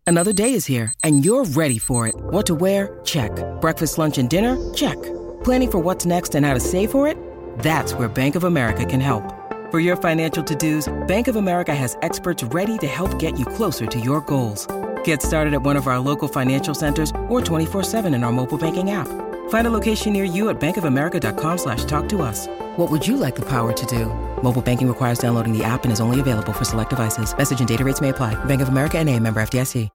Another day is here, and you're ready for it. What to wear? Check. Breakfast, lunch, and dinner? Check. Planning for what's next and how to save for it? That's where Bank of America can help. For your financial to-dos, Bank of America has experts ready to help get you closer to your goals. Get started at one of our local financial centers or 24/7 in our mobile banking app. Find a location near you at bankofamerica.com/talktous. What would you like the power to do? Mobile banking requires downloading the app and is only available for select devices. Message and data rates may apply. Bank of America N.A., member FDIC.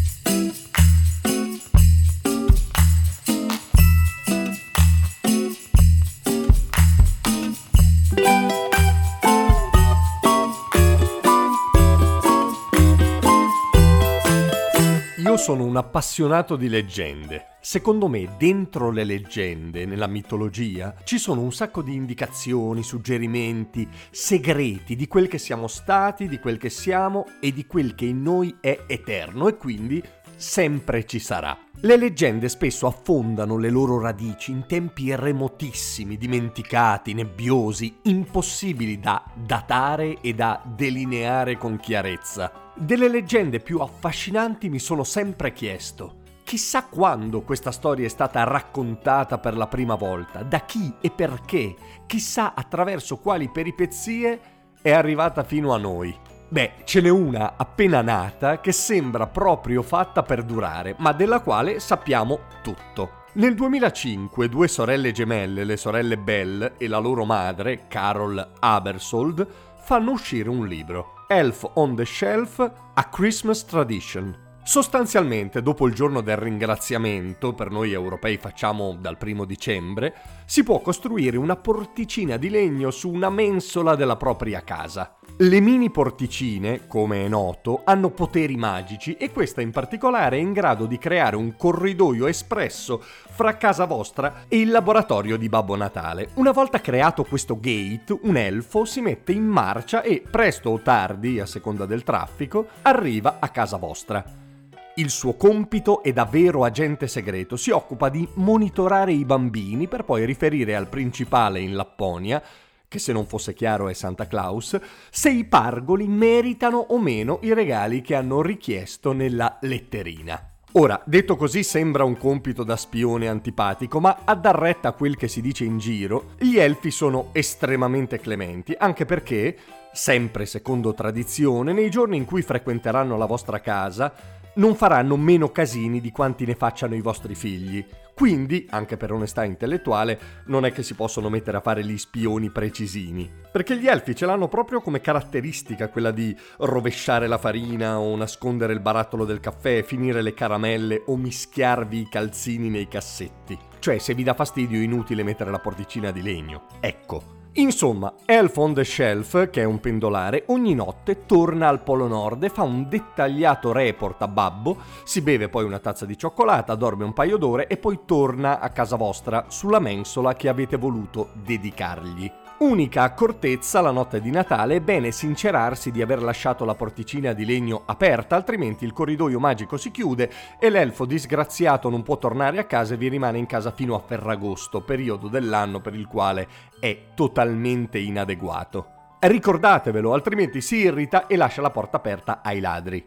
Io sono un appassionato di leggende. Secondo me, dentro le leggende, nella mitologia, ci sono un sacco di indicazioni, suggerimenti, segreti di quel che siamo stati, di quel che siamo e di quel che in noi è eterno e quindi sempre ci sarà. Le leggende spesso affondano le loro radici in tempi remotissimi, dimenticati, nebbiosi, impossibili da datare e da delineare con chiarezza. Delle leggende più affascinanti mi sono sempre chiesto: chissà quando questa storia è stata raccontata per la prima volta, da chi e perché, chissà attraverso quali peripezie è arrivata fino a noi. Beh, ce n'è una appena nata che sembra proprio fatta per durare, ma della quale sappiamo tutto. Nel 2005 due sorelle gemelle, le sorelle Bell e la loro madre, Carol Abersold, fanno uscire un libro, Elf on the Shelf, A Christmas Tradition. Sostanzialmente, dopo il giorno del ringraziamento, per noi europei facciamo dal 1 dicembre, si può costruire una porticina di legno su una mensola della propria casa. Le mini porticine, come è noto, hanno poteri magici e questa in particolare è in grado di creare un corridoio espresso fra casa vostra e il laboratorio di Babbo Natale. Una volta creato questo gate, un elfo si mette in marcia e, presto o tardi, a seconda del traffico, arriva a casa vostra. Il suo compito è da vero agente segreto, si occupa di monitorare i bambini per poi riferire al principale in Lapponia, che se non fosse chiaro è Santa Claus, se i pargoli meritano o meno i regali che hanno richiesto nella letterina. Ora, detto così sembra un compito da spione antipatico, ma a dar retta a quel che si dice in giro, gli elfi sono estremamente clementi, anche perché, sempre secondo tradizione, nei giorni in cui frequenteranno la vostra casa, non faranno meno casini di quanti ne facciano i vostri figli. Quindi, anche per onestà intellettuale, non è che si possono mettere a fare gli spioni precisini. Perché gli elfi ce l'hanno proprio come caratteristica quella di rovesciare la farina o nascondere il barattolo del caffè, finire le caramelle o mischiarvi i calzini nei cassetti. Cioè, se vi dà fastidio è inutile mettere la porticina di legno. Ecco. Insomma, Elf on the Shelf, che è un pendolare, ogni notte torna al Polo Nord e fa un dettagliato report a Babbo, si beve poi una tazza di cioccolata, dorme un paio d'ore e poi torna a casa vostra sulla mensola che avete voluto dedicargli. Unica accortezza, la notte di Natale è bene sincerarsi di aver lasciato la porticina di legno aperta, altrimenti il corridoio magico si chiude e l'elfo disgraziato non può tornare a casa e vi rimane in casa fino a Ferragosto, periodo dell'anno per il quale è totalmente inadeguato. Ricordatevelo, altrimenti si irrita e lascia la porta aperta ai ladri.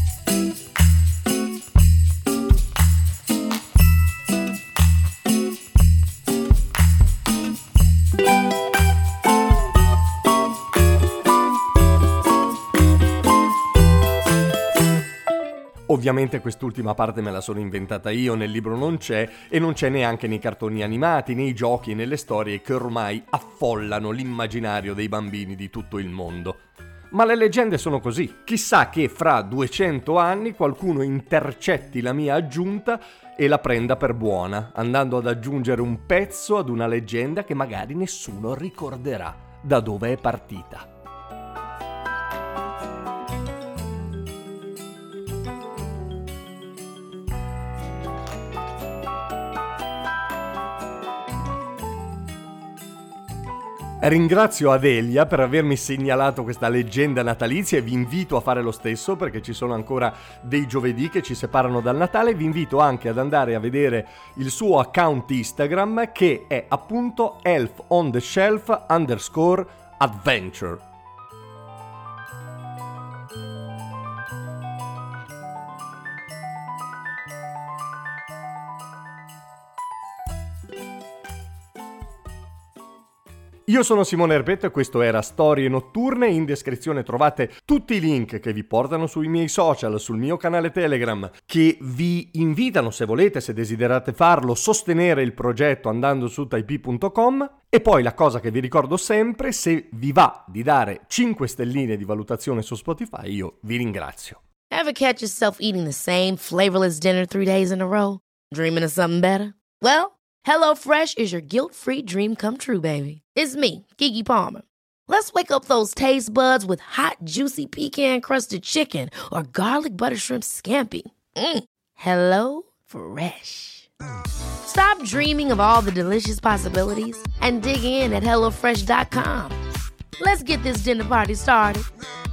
Ovviamente quest'ultima parte me la sono inventata io, nel libro non c'è e non c'è neanche nei cartoni animati, nei giochi e nelle storie che ormai affollano l'immaginario dei bambini di tutto il mondo. Ma le leggende sono così. Chissà che fra 200 anni qualcuno intercetti la mia aggiunta e la prenda per buona, andando ad aggiungere un pezzo ad una leggenda che magari nessuno ricorderà da dove è partita. Ringrazio Adelia per avermi segnalato questa leggenda natalizia e vi invito a fare lo stesso perché ci sono ancora dei giovedì che ci separano dal Natale. Vi invito anche ad andare a vedere il suo account Instagram che è appunto elfontheshelf_adventure. Io sono Simone Erbetto e questo era Storie Notturne. In descrizione trovate tutti i link che vi portano sui miei social, sul mio canale Telegram, che vi invitano, se volete, se desiderate farlo, sostenere il progetto andando su Tipeee.com. E poi la cosa che vi ricordo sempre, se vi va di dare 5 stelline di valutazione su Spotify, io vi ringrazio. Ever catch yourself eating the same flavorless dinner 3 days in a row? Dreaming of something better? Well, HelloFresh is your guilt-free dream come true, baby. It's me, Keke Palmer. Let's wake up those taste buds with hot, juicy pecan-crusted chicken or garlic butter shrimp scampi. Hello Fresh. Stop dreaming of all the delicious possibilities and dig in at HelloFresh.com. Let's get this dinner party started.